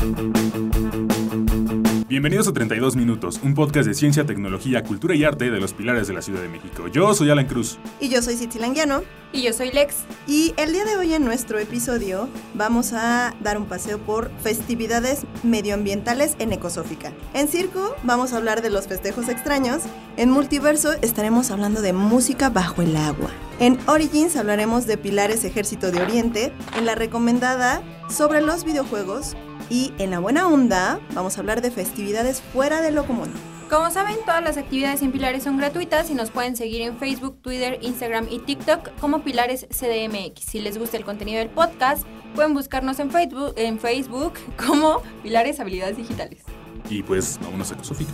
Bienvenidos a 32 Minutos, un podcast de ciencia, tecnología, cultura y arte de los pilares de la Ciudad de México. Yo soy Alan Cruz. Y yo soy Citzi Languiano. Y yo soy Lex. Y el día de hoy en nuestro episodio vamos a dar un paseo por festividades medioambientales en Ecosófica. En Circo vamos a hablar de los festejos extraños. En Multiverso estaremos hablando de música bajo el agua. En Origins hablaremos de Pilares Ejército de Oriente. En La Recomendada, sobre los videojuegos. Y en La Buena Onda vamos a hablar de festividades fuera de lo común. Como saben, todas las actividades en Pilares son gratuitas y nos pueden seguir en Facebook, Twitter, Instagram y TikTok como Pilares CDMX. Si les gusta el contenido del podcast, pueden buscarnos en Facebook como Pilares Habilidades Digitales. Y pues, vámonos a Ecosófica.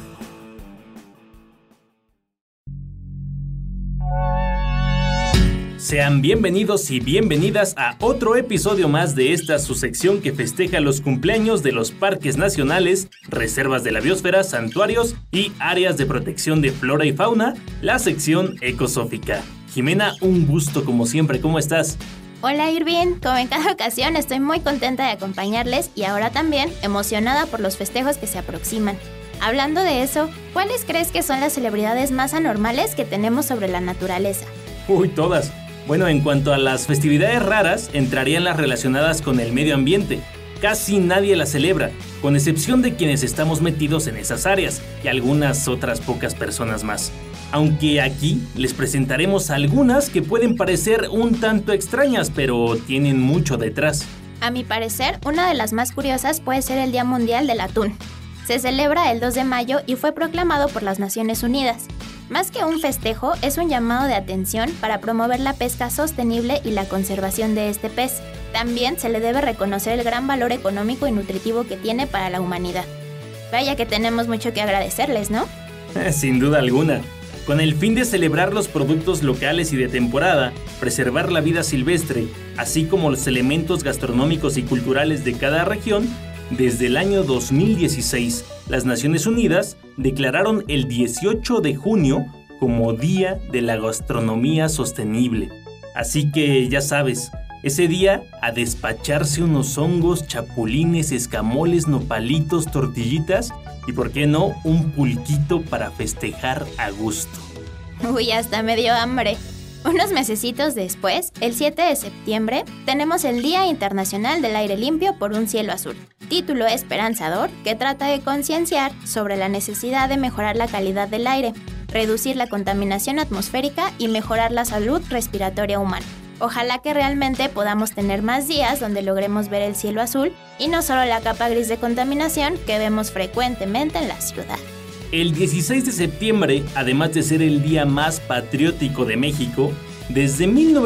Sean bienvenidos y bienvenidas a otro episodio más de esta su sección que festeja los cumpleaños de los parques nacionales, reservas de la biosfera, santuarios y áreas de protección de flora y fauna, la sección Ecosófica. Jimena, un gusto como siempre, ¿cómo estás? Hola Irvin, como en cada ocasión estoy muy contenta de acompañarles y ahora también emocionada por los festejos que se aproximan. Hablando de eso, ¿cuáles crees que son las celebridades más anormales que tenemos sobre la naturaleza? Uy, todas. Bueno, en cuanto a las festividades raras, entrarían las relacionadas con el medio ambiente. Casi nadie las celebra, con excepción de quienes estamos metidos en esas áreas y algunas otras pocas personas más. Aunque aquí les presentaremos algunas que pueden parecer un tanto extrañas, pero tienen mucho detrás. A mi parecer, una de las más curiosas puede ser el Día Mundial del Atún. Se celebra el 2 de mayo y fue proclamado por las Naciones Unidas. Más que un festejo, es un llamado de atención para promover la pesca sostenible y la conservación de este pez. También se le debe reconocer el gran valor económico y nutritivo que tiene para la humanidad. Vaya que tenemos mucho que agradecerles, ¿no? Sin duda alguna. Con el fin de celebrar los productos locales y de temporada, preservar la vida silvestre, así como los elementos gastronómicos y culturales de cada región, desde el año 2016, las Naciones Unidas declararon el 18 de junio como Día de la Gastronomía Sostenible. Así que ya sabes, ese día a despacharse unos hongos, chapulines, escamoles, nopalitos, tortillitas y, ¿por qué no?, un pulquito para festejar a gusto. Uy, hasta me dio hambre. Unos mesecitos después, el 7 de septiembre, tenemos el Día Internacional del Aire Limpio por un Cielo Azul. Título esperanzador que trata de concienciar sobre la necesidad de mejorar la calidad del aire, reducir la contaminación atmosférica y mejorar la salud respiratoria humana. Ojalá que realmente podamos tener más días donde logremos ver el cielo azul y no solo la capa gris de contaminación que vemos frecuentemente en la ciudad. El 16 de septiembre, además de ser el día más patriótico de México, desde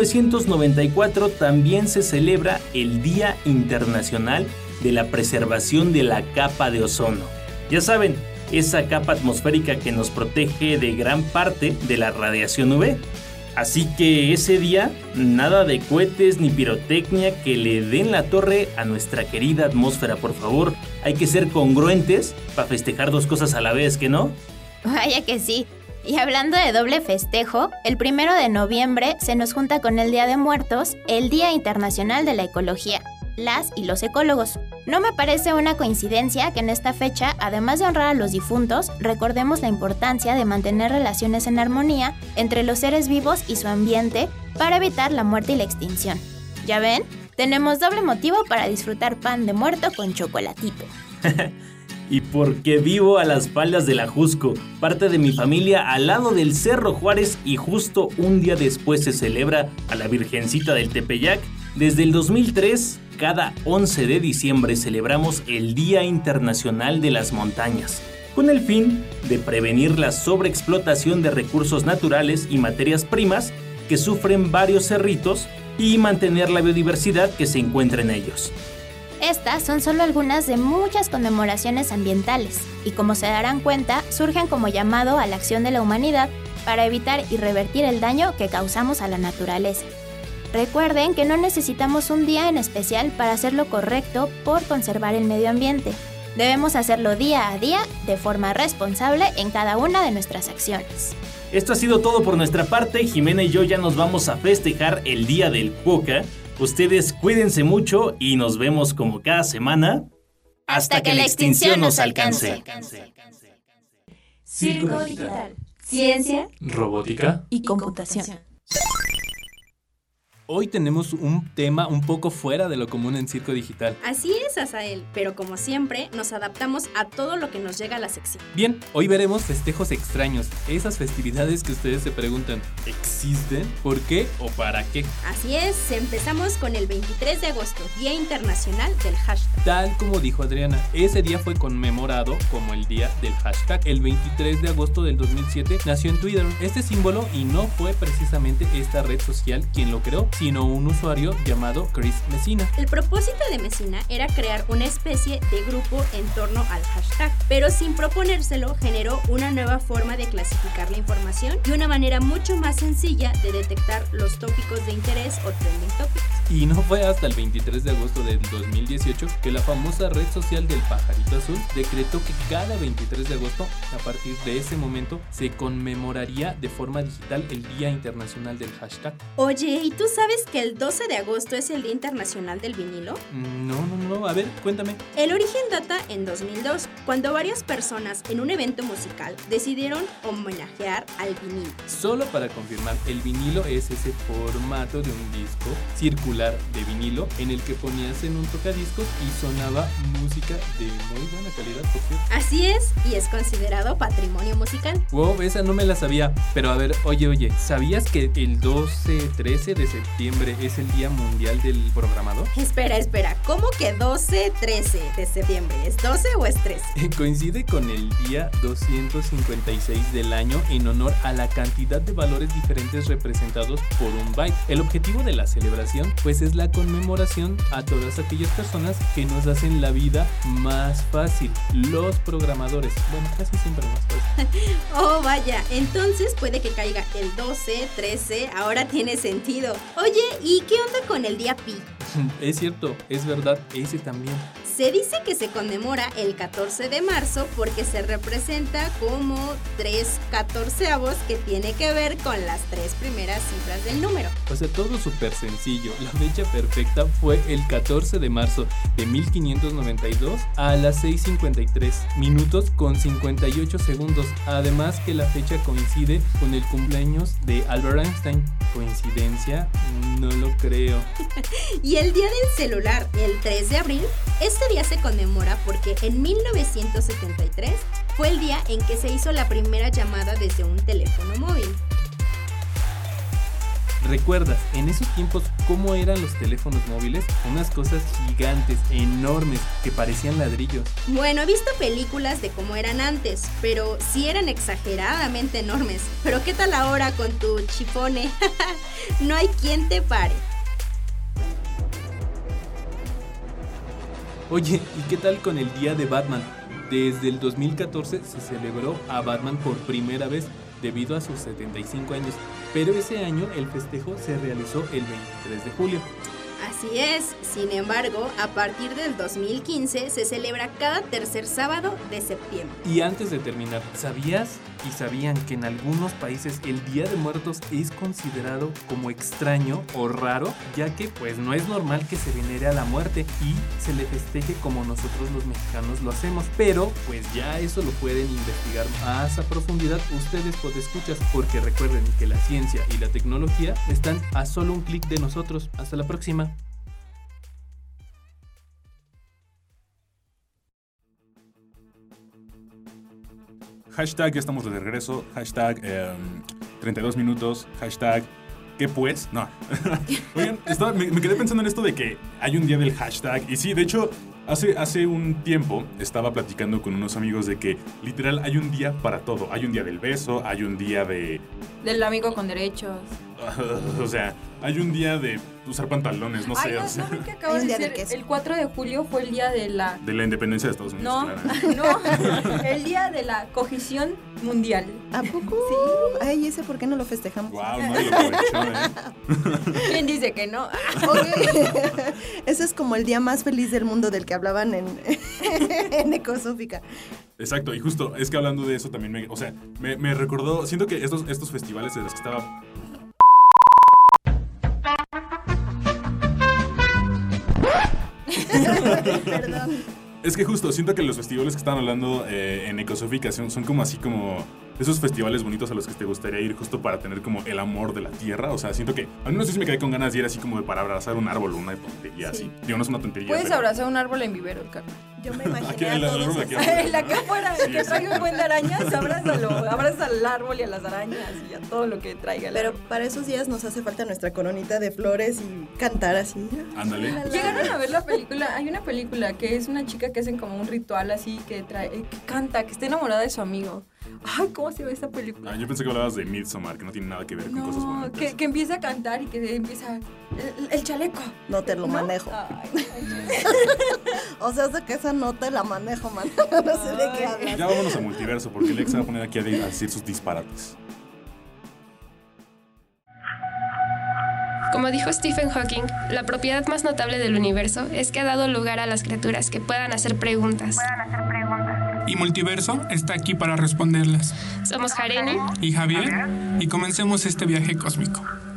1994 también se celebra el Día Internacional de la Preservación de la Capa de Ozono. Ya saben, esa capa atmosférica que nos protege de gran parte de la radiación UV. Así que ese día, nada de cohetes ni pirotecnia que le den la torre a nuestra querida atmósfera, por favor. Hay que ser congruentes para festejar dos cosas a la vez, ¿que no? Vaya que sí. Y hablando de doble festejo, el 1 de noviembre se nos junta con el Día de Muertos, el Día Internacional de la Ecología, las y los ecólogos. No me parece una coincidencia que en esta fecha, además de honrar a los difuntos, recordemos la importancia de mantener relaciones en armonía entre los seres vivos y su ambiente para evitar la muerte y la extinción. ¿Ya ven? Tenemos doble motivo para disfrutar pan de muerto con chocolatito. Y porque vivo a las faldas del Ajusco, parte de mi familia al lado del Cerro Juárez y justo un día después se celebra a la Virgencita del Tepeyac, desde el 2003, cada 11 de diciembre celebramos el Día Internacional de las Montañas, con el fin de prevenir la sobreexplotación de recursos naturales y materias primas que sufren varios cerritos y mantener la biodiversidad que se encuentra en ellos. Estas son solo algunas de muchas conmemoraciones ambientales y, como se darán cuenta, surgen como llamado a la acción de la humanidad para evitar y revertir el daño que causamos a la naturaleza. Recuerden que no necesitamos un día en especial para hacer lo correcto por conservar el medio ambiente. Debemos hacerlo día a día de forma responsable en cada una de nuestras acciones. Esto ha sido todo por nuestra parte. Jimena y yo ya nos vamos a festejar el Día del Cuoca. Ustedes cuídense mucho y nos vemos como cada semana hasta que la extinción nos alcance. Circo Digital. Ciencia Robótica y computación. Hoy tenemos un tema un poco fuera de lo común en Circo Digital. Así es, Azael, pero como siempre, nos adaptamos a todo lo que nos llega a la sección. Bien, hoy veremos festejos extraños, esas festividades que ustedes se preguntan, ¿existen? ¿Por qué o para qué? Así es, empezamos con el 23 de agosto, Día Internacional del Hashtag. Tal como dijo Adriana, ese día fue conmemorado como el día del hashtag. El 23 de agosto del 2007 nació en Twitter este símbolo y no fue precisamente esta red social quien lo creó, sino un usuario llamado Chris Messina. El propósito de Messina era crear una especie de grupo en torno al hashtag, pero sin proponérselo generó una nueva forma de clasificar la información y una manera mucho más sencilla de detectar los tópicos de interés o trending topics. Y no fue hasta el 23 de agosto del 2018 que la famosa red social del pajarito azul decretó que cada 23 de agosto, a partir de ese momento, se conmemoraría de forma digital el Día Internacional del Hashtag. Oye, ¿y tú sabes que el 12 de agosto es el Día Internacional del Vinilo? No, a ver, cuéntame. El origen data en 2002, cuando varias personas en un evento musical decidieron homenajear al vinilo. Solo para confirmar, el vinilo es ese formato de un disco circular de vinilo en el que ponías en un tocadiscos y sonaba música de muy buena calidad, por cierto. Así es, y es considerado patrimonio musical. Wow, esa no me la sabía. Pero a ver, oye, ¿sabías que el 12-13 de septiembre es el Día Mundial del Programador? Espera, ¿cómo que 12-13 de septiembre? ¿Es 12 o es 13? Coincide con el día 256 del año en honor a la cantidad de valores diferentes representados por un byte. El objetivo de la celebración pues es la conmemoración a todas aquellas personas que nos hacen la vida más fácil, los programadores. Bueno, casi siempre más fácil. Oh, vaya, entonces puede que caiga el 12-13, ahora tiene sentido. Oye, ¿y qué onda con el día Pi? Es cierto, es verdad, ese también. Se dice que se conmemora el 14 de marzo porque se representa como 3/14 que tiene que ver con las 3 primeras cifras del número. O sea, todo súper sencillo. La fecha perfecta fue el 14 de marzo de 1592 a las 6:53 minutos con 58 segundos. Además que la fecha coincide con el cumpleaños de Albert Einstein. ¿Coincidencia? No lo creo. Y el día del celular, el 3 de abril, este día se conmemora porque en 1973 fue el día en que se hizo la primera llamada desde un teléfono móvil. ¿Recuerdas en esos tiempos cómo eran los teléfonos móviles? Unas cosas gigantes, enormes, que parecían ladrillos. Bueno, he visto películas de cómo eran antes, pero sí eran exageradamente enormes. Pero ¿qué tal ahora con tu chifone? No hay quien te pare. Oye, ¿y qué tal con el Día de Batman? Desde el 2014 se celebró a Batman por primera vez debido a sus 75 años, pero ese año el festejo se realizó el 23 de julio. Así es, sin embargo, a partir del 2015 se celebra cada tercer sábado de septiembre. Y antes de terminar, ¿sabías y sabían que en algunos países el Día de Muertos es considerado como extraño o raro, ya que pues no es normal que se venere a la muerte y se le festeje como nosotros los mexicanos lo hacemos? Pero pues ya eso lo pueden investigar más a profundidad ustedes podescuchas, porque recuerden que la ciencia y la tecnología están a solo un clic de nosotros. Hasta la próxima. Hashtag, ya estamos de regreso. Hashtag 32 minutos. Hashtag, ¿qué pues? No. Oigan, me quedé pensando en esto de que hay un día del hashtag. Y sí, de hecho, hace un tiempo estaba platicando con unos amigos de que literal hay un día para todo. Hay un día del beso, hay un día de... Del amigo con derechos. O sea, hay un día de usar pantalones, no sé. Ay, no, o sea, ¿no? ¿Qué acabo de decir? El 4 de julio fue el día de la... De la independencia de Estados Unidos. No, claro. no, el día de la cogición mundial. ¿A poco? Sí. Ay, ¿ese por qué no lo festejamos? Wow, no lo aprovechó, ¿Quién dice que no? Ok. Ese es como el día más feliz del mundo del que hablaban en Ecosófica. Exacto, y justo, es que hablando de eso también me recordó, siento que estos festivales de los que estaba... Perdón. Es que justo, siento que los festivales que están hablando en Ecosófica son como así como esos festivales bonitos a los que te gustaría ir justo para tener como el amor de la tierra. O sea, siento que a mí no sé si me quedé con ganas de ir así como de para abrazar un árbol o una tontería así. Digo, no es una tontería. Puedes pero... abrazar un árbol en vivero, Carmen. Yo me imaginé Aquí, a todos así. La acá afuera, Sí, que traiga un buen de arañas, abrázalo. Ah. Abraza al árbol y a las arañas y a todo lo que traiga. Pero para esos días nos hace falta nuestra coronita de flores y cantar así. Ándale. ¿Llegaron a ver la película? Hay una película que es una chica que hacen como un ritual así, que canta, que está enamorada de su amigo. Ay, ¿cómo se ve esta película? Yo pensé que hablabas de Midsommar, que no tiene nada que ver con cosas No, bonitas. que empieza a cantar y que empieza el chaleco. No te lo manejo. Ay, O sea, es de que esa no te la manejo, man. No sé de qué hablas. Ya vámonos a Multiverso, porque Lex se va a poner aquí a decir sus disparates. Como dijo Stephen Hawking, la propiedad más notable del universo es que ha dado lugar a las criaturas que puedan hacer preguntas. Y Multiverso está aquí para responderlas. Somos Jareni Y Javier, y comencemos este viaje cósmico.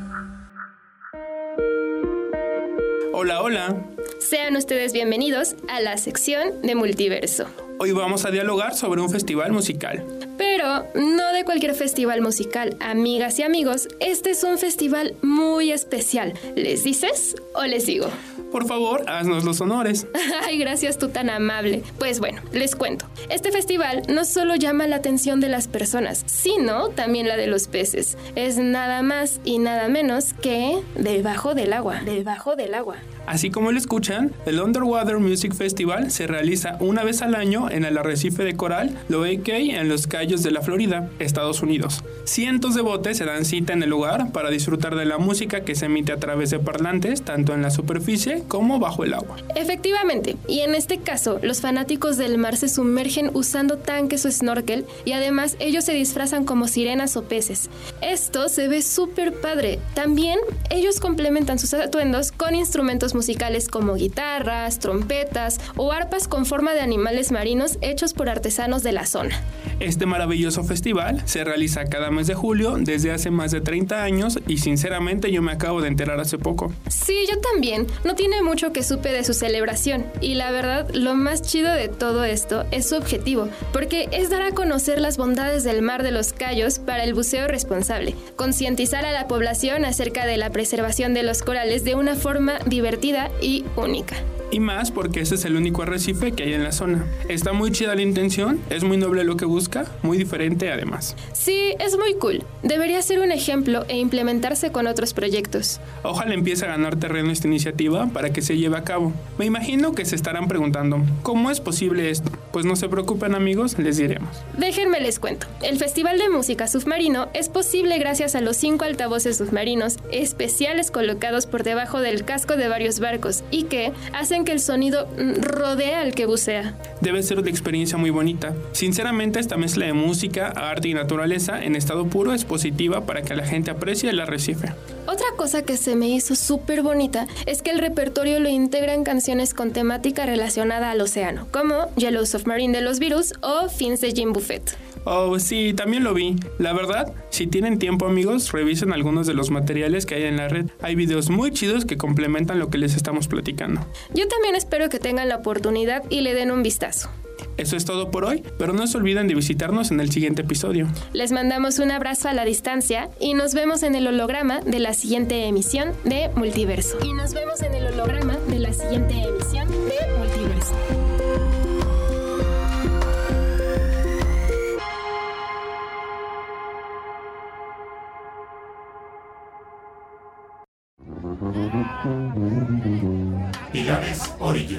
Hola, hola. Sean ustedes bienvenidos a la sección de Multiverso. Hoy vamos a dialogar sobre un festival musical. Pero no de cualquier festival musical, amigas y amigos. Este es un festival muy especial. ¿Les dices o les digo? Por favor, haznos los honores. Ay, gracias, tú tan amable. Pues bueno, les cuento. Este festival no solo llama la atención de las personas, sino también la de los peces. Es nada más y nada menos que debajo del agua. Debajo del agua. Así como lo escuchan, el Underwater Music Festival se realiza una vez al año en el arrecife de coral Lower Cay en los Cayos de la Florida, Estados Unidos. Cientos de botes se dan cita en el lugar para disfrutar de la música que se emite a través de parlantes, tanto en la superficie como bajo el agua. Efectivamente, y en este caso, los fanáticos del mar se sumergen usando tanques o snorkel y además ellos se disfrazan como sirenas o peces. Esto se ve súper padre. También ellos complementan sus atuendos con instrumentos musicales como guitarras, trompetas o arpas con forma de animales marinos hechos por artesanos de la zona. Este maravilloso festival se realiza cada mes de julio desde hace más de 30 años y sinceramente yo me acabo de enterar hace poco. Sí, yo también. No tiene mucho que supe de su celebración y la verdad lo más chido de todo esto es su objetivo, porque es dar a conocer las bondades del mar de los Cayos para el buceo responsable, concientizar a la población acerca de la preservación de los corales de una forma divertida y única. Y más porque este es el único arrecife que hay en la zona. Está muy chida la intención, es muy noble lo que busca, muy diferente además. Sí, es muy cool. Debería ser un ejemplo e implementarse con otros proyectos. Ojalá empiece a ganar terreno esta iniciativa para que se lleve a cabo. Me imagino que se estarán preguntando, ¿cómo es posible esto? Pues no se preocupen amigos, les diremos. Déjenme les cuento. El Festival de Música Submarino es posible gracias a los 5 altavoces submarinos especiales colocados por debajo del casco de varios barcos y que hacen que el sonido rodee al que bucea. Debe ser una experiencia muy bonita. Sinceramente, esta mezcla de música, arte y naturaleza en estado puro es positiva para que la gente aprecie el arrecife. Otra cosa que se me hizo súper bonita es que el repertorio lo integran canciones con temática relacionada al océano, como Yellow Submarine de los Beatles o Fins de Jim Buffett. Oh, sí, también lo vi. La verdad, si tienen tiempo amigos, revisen algunos de los materiales que hay en la red. Hay videos muy chidos que complementan lo que les estamos platicando. Yo también espero que tengan la oportunidad y le den un vistazo. Eso es todo por hoy, pero no se olviden de visitarnos en el siguiente episodio. Les mandamos un abrazo a la distancia y nos vemos en el holograma de la siguiente emisión de Multiverso. Pilares Origins.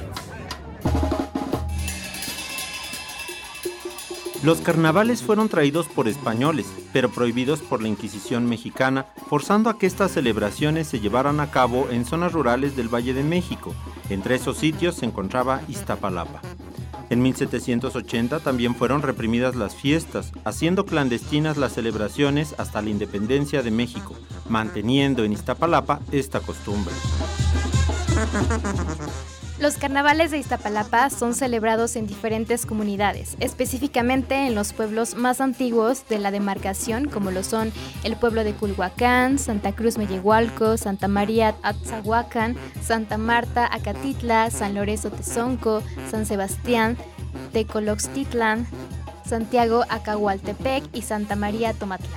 Los carnavales fueron traídos por españoles, pero prohibidos por la Inquisición mexicana, forzando a que estas celebraciones se llevaran a cabo en zonas rurales del Valle de México. Entre esos sitios se encontraba Iztapalapa. En 1780 también fueron reprimidas las fiestas, haciendo clandestinas las celebraciones hasta la independencia de México, manteniendo en Iztapalapa esta costumbre. Los carnavales de Iztapalapa son celebrados en diferentes comunidades, específicamente en los pueblos más antiguos de la demarcación, como lo son el pueblo de Culhuacán, Santa Cruz Mellehualco, Santa María Atzahuacán, Santa Marta Acatitla, San Lorenzo Tezonco, San Sebastián Tecoloxtitlán, Santiago Acahualtepec y Santa María Tomatlán.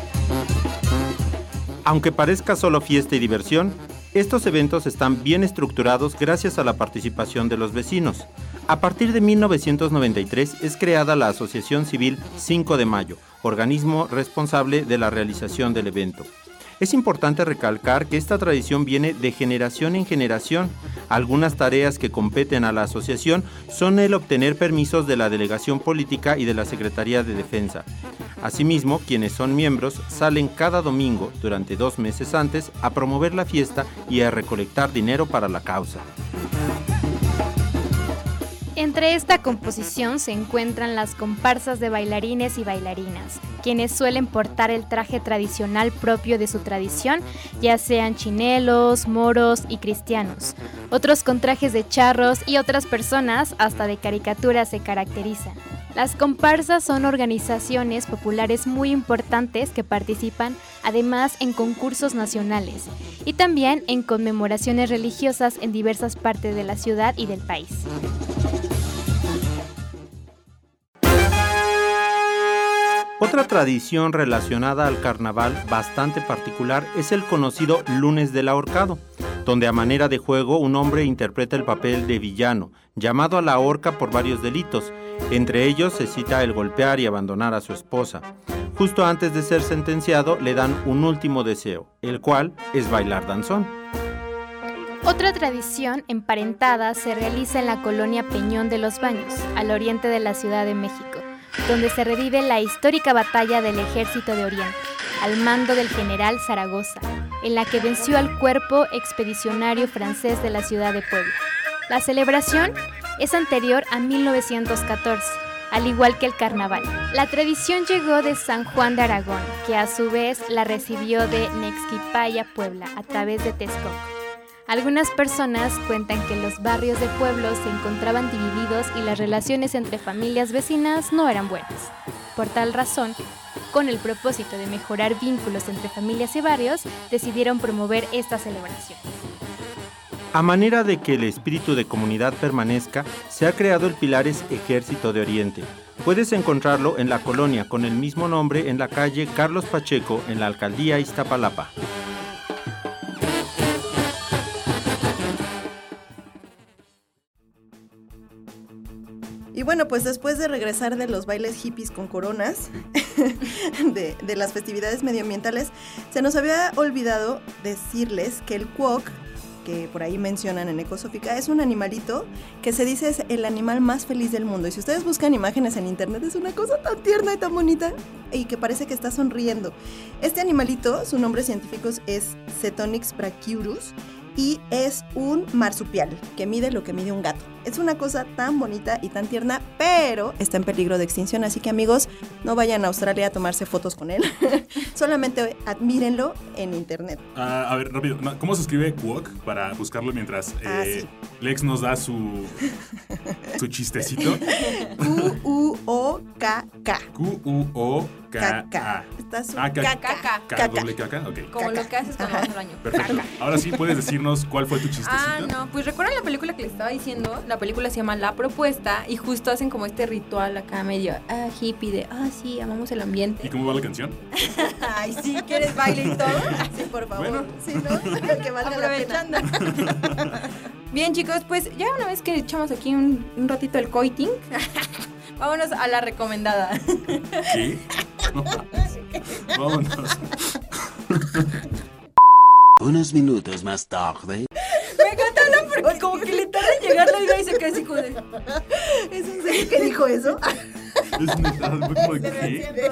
Aunque parezca solo fiesta y diversión, estos eventos están bien estructurados gracias a la participación de los vecinos. A partir de 1993 es creada la Asociación Civil 5 de Mayo, organismo responsable de la realización del evento. Es importante recalcar que esta tradición viene de generación en generación. Algunas tareas que competen a la asociación son el obtener permisos de la Delegación Política y de la Secretaría de Defensa. Asimismo, quienes son miembros salen cada domingo, durante 2 meses antes, a promover la fiesta y a recolectar dinero para la causa. Entre esta composición se encuentran las comparsas de bailarines y bailarinas, quienes suelen portar el traje tradicional propio de su tradición, ya sean chinelos, moros y cristianos. Otros con trajes de charros y otras personas hasta de caricaturas se caracterizan. Las comparsas son organizaciones populares muy importantes que participan además en concursos nacionales y también en conmemoraciones religiosas en diversas partes de la ciudad y del país. Otra tradición relacionada al carnaval bastante particular es el conocido Lunes del Ahorcado, donde a manera de juego un hombre interpreta el papel de villano, llamado a la horca por varios delitos. Entre ellos se cita el golpear y abandonar a su esposa. Justo antes de ser sentenciado le dan un último deseo, el cual es bailar danzón. Otra tradición emparentada se realiza en la colonia Peñón de los Baños, al oriente de la Ciudad de México, donde se revive la histórica batalla del Ejército de Oriente, al mando del general Zaragoza, en la que venció al cuerpo expedicionario francés de la ciudad de Puebla. La celebración es anterior a 1914, al igual que el carnaval. La tradición llegó de San Juan de Aragón, que a su vez la recibió de Nexquipaya, Puebla, a través de Texcoco. Algunas personas cuentan que los barrios de pueblos se encontraban divididos y las relaciones entre familias vecinas no eran buenas. Por tal razón, con el propósito de mejorar vínculos entre familias y barrios, decidieron promover esta celebración. A manera de que el espíritu de comunidad permanezca, se ha creado el Pilares Ejército de Oriente. Puedes encontrarlo en la colonia con el mismo nombre en la calle Carlos Pacheco, en la alcaldía Iztapalapa. Y bueno, pues después de regresar de los bailes hippies con coronas, de las festividades medioambientales, se nos había olvidado decirles que el cuoc, que por ahí mencionan en Ecosófica, es un animalito que se dice es el animal más feliz del mundo. Y si ustedes buscan imágenes en internet, es una cosa tan tierna y tan bonita y que parece que está sonriendo. Este animalito, su nombre científico es Cetonix brachyurus y es un marsupial que mide lo que mide un gato. Es una cosa tan bonita y tan tierna, pero está en peligro de extinción, así que amigos, no vayan a Australia a tomarse fotos con él. Solamente admírenlo en internet. A ver, rápido, ¿cómo se escribe cuoc para buscarlo mientras sí. Lex nos da su chistecito? Q-U-O-K-K. Q-U-O-K-A. Está su K, doble caca, ok. Como lo que haces cuando vas al baño. Perfecto. Ahora sí puedes decirnos cuál fue tu chistecito. No, pues recuerdan la película que les estaba diciendo. La película se llama La Propuesta y justo hacen como este ritual acá medio hippie de sí, amamos el ambiente. ¿Y cómo va la canción? Ay, sí, ¿quieres baile y todo? Sí, por favor. Bueno. Sí, ¿no? Que valga la pena. Bien, chicos, pues ya una vez que echamos aquí un ratito el coiting, vámonos a la recomendada. ¿Qué? Vámonos. Unos minutos más tarde. Me encanta porque como que le tarda en llegar la idea y se queda así como de... ¿Es en serio que dijo eso? Es neta, fue como ¿qué?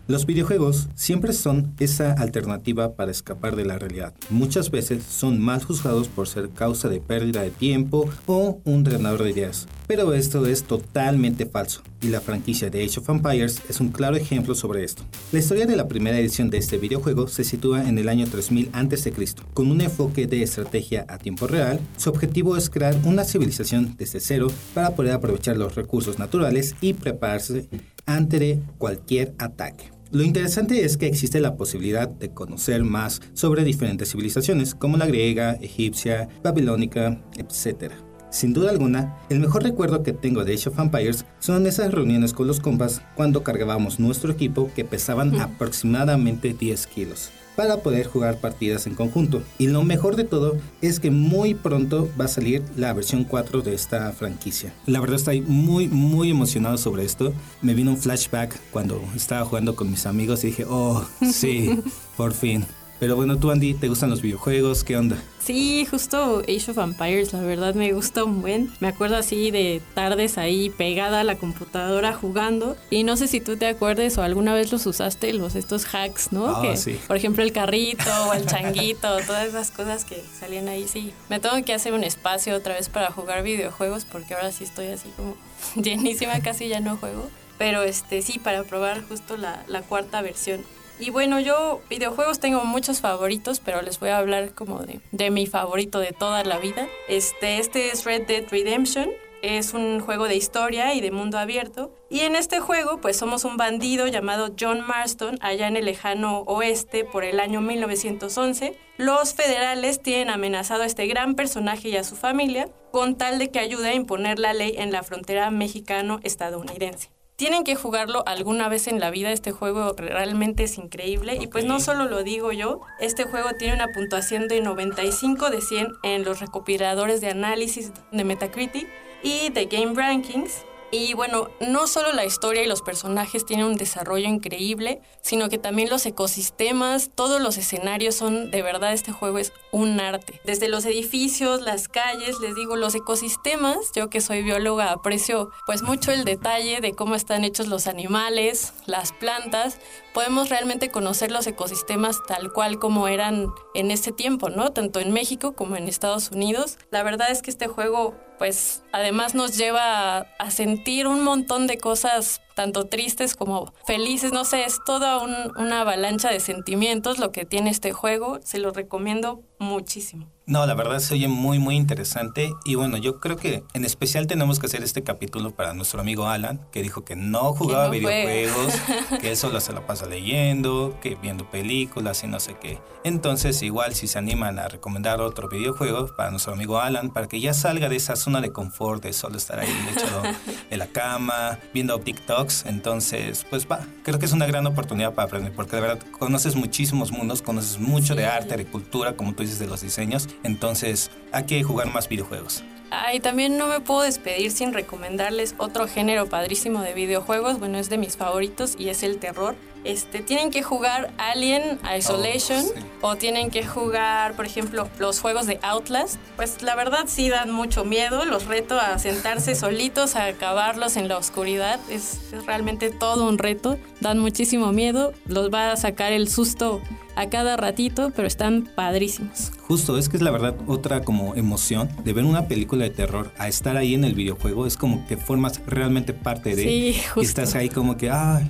Los videojuegos siempre son esa alternativa para escapar de la realidad. Muchas veces son mal juzgados por ser causa de pérdida de tiempo o un drenador de ideas. Pero esto es totalmente falso, y la franquicia de Age of Empires es un claro ejemplo sobre esto. La historia de la primera edición de este videojuego se sitúa en el año 3000 a.C., con un enfoque de estrategia a tiempo real. Su objetivo es crear una civilización desde cero para poder aprovechar los recursos naturales y prepararse ante cualquier ataque. Lo interesante es que existe la posibilidad de conocer más sobre diferentes civilizaciones, como la griega, egipcia, babilónica, etc. Sin duda alguna, el mejor recuerdo que tengo de Age of Empires son esas reuniones con los compas cuando cargábamos nuestro equipo que pesaban aproximadamente 10 kilos para poder jugar partidas en conjunto. Y lo mejor de todo es que muy pronto va a salir la versión 4 de esta franquicia. La verdad estoy muy emocionado sobre esto. Me vino un flashback cuando estaba jugando con mis amigos y dije, oh, sí, por fin. Pero bueno, tú, Andy, ¿te gustan los videojuegos? ¿Qué onda? Sí, justo Age of Empires, la verdad me gusta un buen. Me acuerdo así de tardes ahí pegada a la computadora jugando. Y no sé si tú te acuerdes o alguna vez los usaste, estos hacks, ¿no? Oh, que, sí. Por ejemplo, el carrito o el changuito, todas esas cosas que salían ahí. Sí, me tengo que hacer un espacio otra vez para jugar videojuegos porque ahora sí estoy así como llenísima, casi ya no juego. Pero sí, para probar justo la cuarta versión. Y bueno, yo videojuegos tengo muchos favoritos, pero les voy a hablar como de mi favorito de toda la vida. Este es Red Dead Redemption. Es un juego de historia y de mundo abierto. Y en este juego, pues somos un bandido llamado John Marston, allá en el lejano oeste por el año 1911. Los federales tienen amenazado a este gran personaje y a su familia con tal de que ayude a imponer la ley en la frontera mexicano-estadounidense. Tienen que jugarlo alguna vez en la vida, este juego realmente es increíble. Okay. Y pues no solo lo digo yo, este juego tiene una puntuación de 95 de 100 en los recopiladores de análisis de Metacritic y de Game Rankings. Y bueno, no solo la historia y los personajes tienen un desarrollo increíble, sino que también los ecosistemas, todos los escenarios son, de verdad, este juego es un arte. Desde los edificios, las calles, les digo, los ecosistemas, yo que soy bióloga aprecio pues mucho el detalle de cómo están hechos los animales, las plantas. Podemos realmente conocer los ecosistemas tal cual como eran en ese tiempo, ¿no? Tanto en México como en Estados Unidos. La verdad es que este juego pues además nos lleva a sentir un montón de cosas tanto tristes como felices, no sé, es toda una avalancha de sentimientos lo que tiene este juego, se lo recomiendo muchísimo. No, la verdad se oye muy interesante y bueno, yo creo que en especial tenemos que hacer este capítulo para nuestro amigo Alan, que dijo que no jugaba videojuegos, que él solo se la pasa leyendo, que viendo películas y no sé qué. Entonces igual si se animan a recomendar otro videojuego para nuestro amigo Alan, para que ya salga de esa zona de confort de solo estar ahí echado en la cama, viendo TikToks, entonces pues creo que es una gran oportunidad para aprender, porque de verdad conoces muchísimos mundos, conoces mucho de arte, de cultura, como tú dices, de los diseños. Entonces, hay que jugar más videojuegos. Y también no me puedo despedir sin recomendarles otro género padrísimo de videojuegos. Bueno, es de mis favoritos y es el terror. Tienen que jugar Alien Isolation o tienen que jugar, por ejemplo, los juegos de Outlast. Pues la verdad sí dan mucho miedo. Los reto a sentarse solitos, a acabarlos en la oscuridad. Es realmente todo un reto. Dan muchísimo miedo. Los va a sacar el susto a cada ratito, pero están padrísimos. Justo, es que es la verdad otra como emoción de ver una película de terror a estar ahí en el videojuego, es como que formas realmente parte de sí, justo. Y estás ahí como que ay.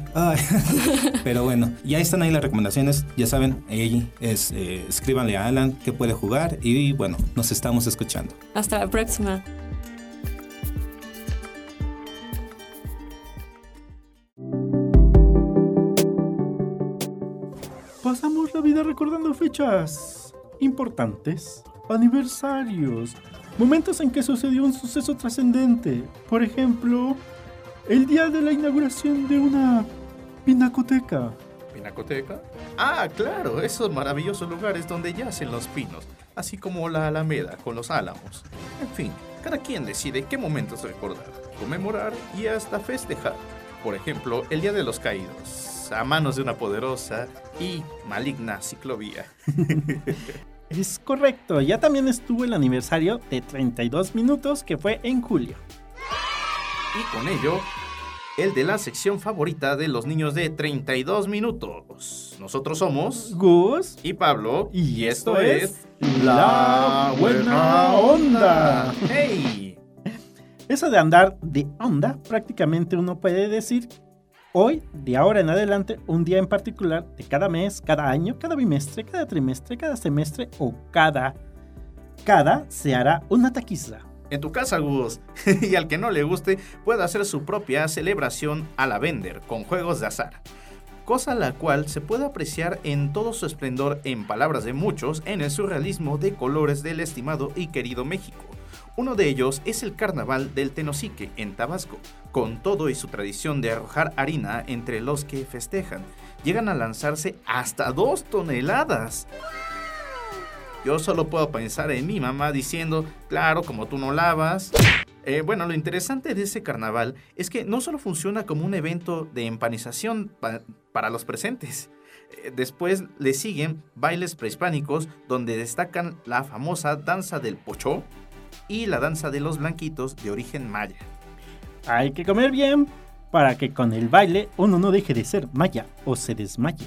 Pero bueno, ya están ahí las recomendaciones, ya saben, escríbanle a Alan que puede jugar y bueno, nos estamos escuchando. Hasta la próxima. Pasamos la vida recordando fechas importantes, aniversarios, momentos en que sucedió un suceso trascendente. Por ejemplo, el día de la inauguración de una pinacoteca. ¿Pinacoteca? Ah, claro, esos maravillosos lugares donde yacen los pinos, así como la Alameda con los álamos. En fin, cada quien decide qué momentos recordar, conmemorar y hasta festejar. Por ejemplo, el Día de los Caídos, a manos de una poderosa y maligna ciclovía. Es correcto, ya también estuvo el aniversario de 32 minutos que fue en julio. Y con ello, el de la sección favorita de los niños de 32 minutos. Nosotros somos Gus y Pablo, y esto es La Buena Onda. ¡Hey! Eso de andar de onda, prácticamente uno puede decir hoy, de ahora en adelante, un día en particular de cada mes, cada año, cada bimestre, cada trimestre, cada semestre o cada se hará una taquiza. En tu casa, Gus. Y al que no le guste, puede hacer su propia celebración a la Vender con juegos de azar. Cosa la cual se puede apreciar en todo su esplendor, en palabras de muchos, en el surrealismo de colores del estimado y querido México. Uno de ellos es el Carnaval del Tenosique, en Tabasco, con todo y su tradición de arrojar harina entre los que festejan. Llegan a lanzarse hasta 2 toneladas. Yo solo puedo pensar en mi mamá diciendo, claro, como tú no lavas. Bueno, lo interesante de ese carnaval es que no solo funciona como un evento de empanización para los presentes. Después le siguen bailes prehispánicos donde destacan la famosa danza del pochó y la danza de los blanquitos de origen maya. Hay que comer bien para que con el baile uno no deje de ser maya o se desmaye.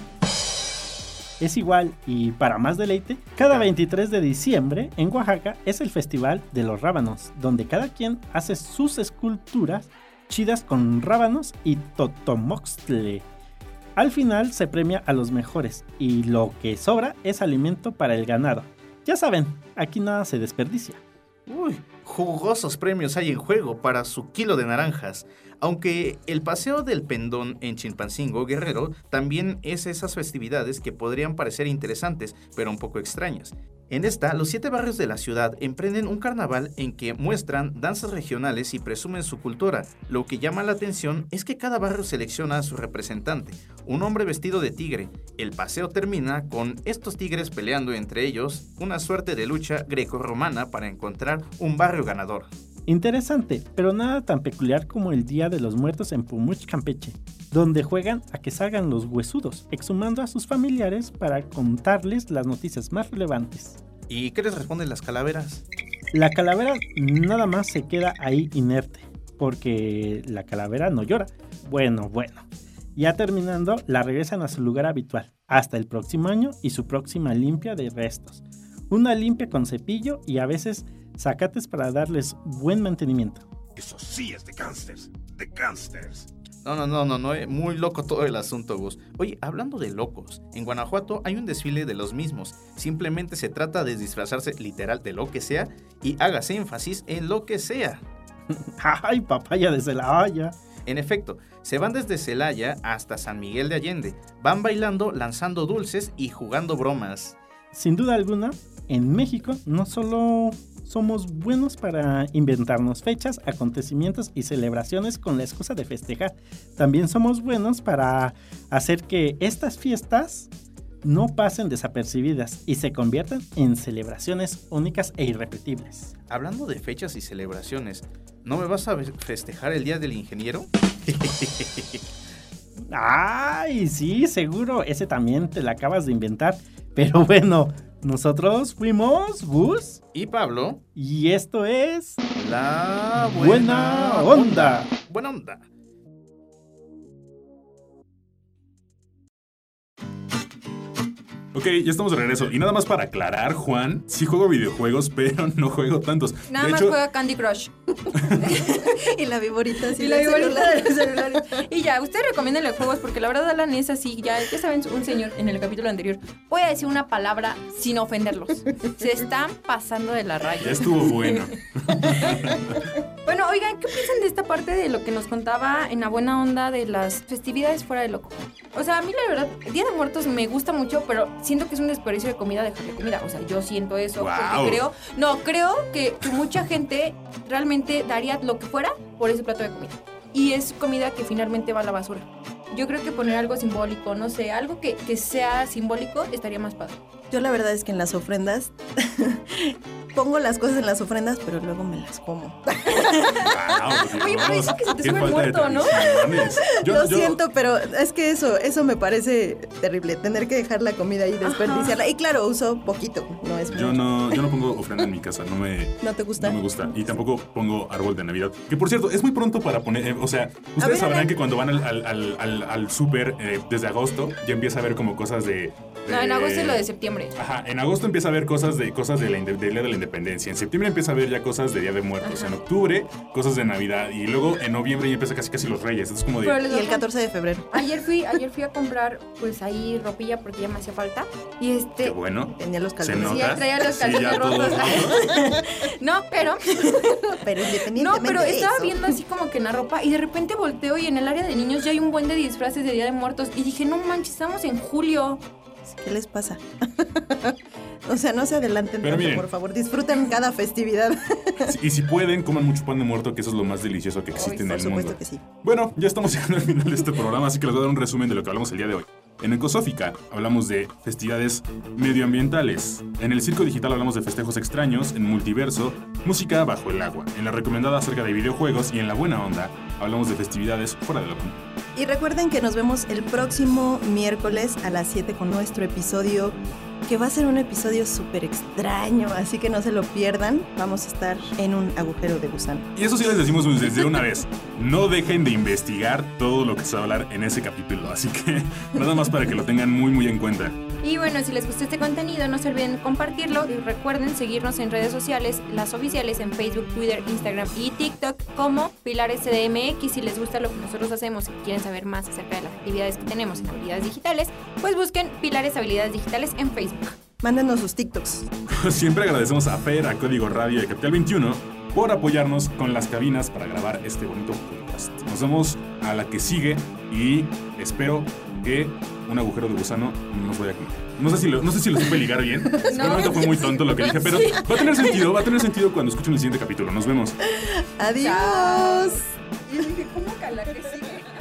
Es igual, y para más deleite, cada 23 de diciembre en Oaxaca es el Festival de los Rábanos, donde cada quien hace sus esculturas chidas con rábanos y totomoxtle. Al final se premia a los mejores, y lo que sobra es alimento para el ganado. Ya saben, aquí nada se desperdicia. Uy, jugosos premios hay en juego para su kilo de naranjas. Aunque el Paseo del Pendón en Chilpancingo, Guerrero, también es esas festividades que podrían parecer interesantes, pero un poco extrañas. En esta, los 7 barrios de la ciudad emprenden un carnaval en que muestran danzas regionales y presumen su cultura. Lo que llama la atención es que cada barrio selecciona a su representante, un hombre vestido de tigre. El paseo termina con estos tigres peleando entre ellos, una suerte de lucha grecorromana para encontrar un barrio ganador. Interesante, pero nada tan peculiar como el Día de los Muertos en Pumuch, Campeche, donde juegan a que salgan los huesudos, exhumando a sus familiares para contarles las noticias más relevantes. ¿Y qué les responden las calaveras? La calavera nada más se queda ahí inerte, porque la calavera no llora. Bueno. Ya terminando, la regresan a su lugar habitual, hasta el próximo año y su próxima limpia de restos. Una limpia con cepillo y a veces zacates para darles buen mantenimiento. Eso sí es de gangsters. No, muy loco todo el asunto, Gus. Oye, hablando de locos, en Guanajuato hay un desfile de los mismos. Simplemente se trata de disfrazarse literal de lo que sea y hágase énfasis en lo que sea. ¡Ay, papaya de Celaya! En efecto, se van desde Celaya hasta San Miguel de Allende. Van bailando, lanzando dulces y jugando bromas. Sin duda alguna, en México no solo somos buenos para inventarnos fechas, acontecimientos y celebraciones con la excusa de festejar. También somos buenos para hacer que estas fiestas no pasen desapercibidas y se conviertan en celebraciones únicas e irrepetibles. Hablando de fechas y celebraciones, ¿no me vas a festejar el Día del Ingeniero? ¡Ay, sí, seguro! Ese también te la acabas de inventar. Pero bueno, nosotros fuimos Gus y Pablo. Y esto es La Buena Onda. Buena Onda. Ok, ya estamos de regreso. Y nada más para aclarar, Juan, sí juego videojuegos, pero no juego tantos. Nada más juega Candy Crush. Y la viborita así. Y la viborita de los celulares. Y ya, ustedes recomiendan los juegos porque la verdad Alan es así, ya saben, un señor en el capítulo anterior. Voy a decir una palabra sin ofenderlos. Se están pasando de la raya. Ya estuvo bueno. Bueno, oigan, ¿qué piensan de esta parte de lo que nos contaba en La Buena Onda de las festividades fuera de loco? O sea, a mí la verdad, Día de Muertos me gusta mucho, pero siento que es un desperdicio de comida, dejarle comida. O sea, yo siento eso. Wow. Porque creo que mucha gente realmente daría lo que fuera por ese plato de comida. Y es comida que finalmente va a la basura. Yo creo que poner algo simbólico, no sé, algo que sea simbólico estaría más padre. Yo la verdad es que en las ofrendas pongo las cosas en las ofrendas, pero luego me las como. Oye, pero eso que se te Qué sube el falta de muerto, ¿no? tradiciones. Lo siento, pero es que eso me parece terrible, tener que dejar la comida y desperdiciarla. Y claro, uso poquito, no es Yo mucho. no pongo ofrenda en mi casa, ¿No te gusta? No me gusta. Y tampoco pongo árbol de Navidad. Que por cierto, es muy pronto para poner. O sea, ustedes sabrán que cuando van al súper desde agosto, ya empieza a ver como cosas de. No, en agosto es lo de septiembre. Ajá, en agosto empieza a ver cosas del Día de la Independencia. En septiembre empieza a ver ya cosas de Día de Muertos. En octubre, cosas de Navidad. Y luego en noviembre ya empieza casi los Reyes. Es como de. Y el 14 de febrero. Ayer fui a comprar, pues ahí ropilla porque ya me hacía falta. Y Qué bueno. Tenía los ¿Se calzones. nota? Sí, traía los Sí, calzones ya rotos. todos No, pero independientemente no, pero de estaba eso. viendo así como que en la ropa y de repente volteo y en el área de niños ya hay un buen de disfraces de Día de Muertos. Y dije, no manches, estamos en julio. ¿Qué les pasa? O sea, no se adelanten Pero tanto, miren. por favor. Disfruten cada festividad. Y si pueden, coman mucho pan de muerto, que eso es lo más delicioso que existe en Por el supuesto mundo. que sí. Bueno, ya estamos llegando al final de este programa, así que les voy a dar un resumen de lo que hablamos el día de hoy. En Ecosófica hablamos de festividades medioambientales. En el Circo Digital hablamos de festejos extraños. En Multiverso, música bajo el agua. En la recomendada acerca de videojuegos. Y en La Buena Onda hablamos de festividades fuera de la común. Y recuerden que nos vemos el próximo miércoles a las 7 con nuestro episodio, que va a ser un episodio súper extraño, así que no se lo pierdan. Vamos a estar en un agujero de gusano. Y eso sí les decimos desde una vez. No dejen de investigar todo lo que se va a hablar en ese capítulo. Así que nada más para que lo tengan muy muy en cuenta. Y bueno, si les gustó este contenido, no se olviden compartirlo y recuerden seguirnos en redes sociales, las oficiales en Facebook, Twitter, Instagram y TikTok como Pilares CDMX. Si les gusta lo que nosotros hacemos y quieren saber más acerca de las actividades que tenemos en Habilidades Digitales, pues busquen Pilares Habilidades Digitales en Facebook. Mándenos sus TikToks. Siempre agradecemos a Fer, a Código Radio y a Capital 21 por apoyarnos con las cabinas para grabar este bonito podcast. Nos vemos a la que sigue y espero que un agujero de gusano no nos vaya a comer. No sé si lo supe ligar bien. Seguramente fue muy tonto lo que dije, pero va a tener sentido cuando escuchen el siguiente capítulo. Nos vemos. Adiós. Y dije, ¿cómo cala que sigue?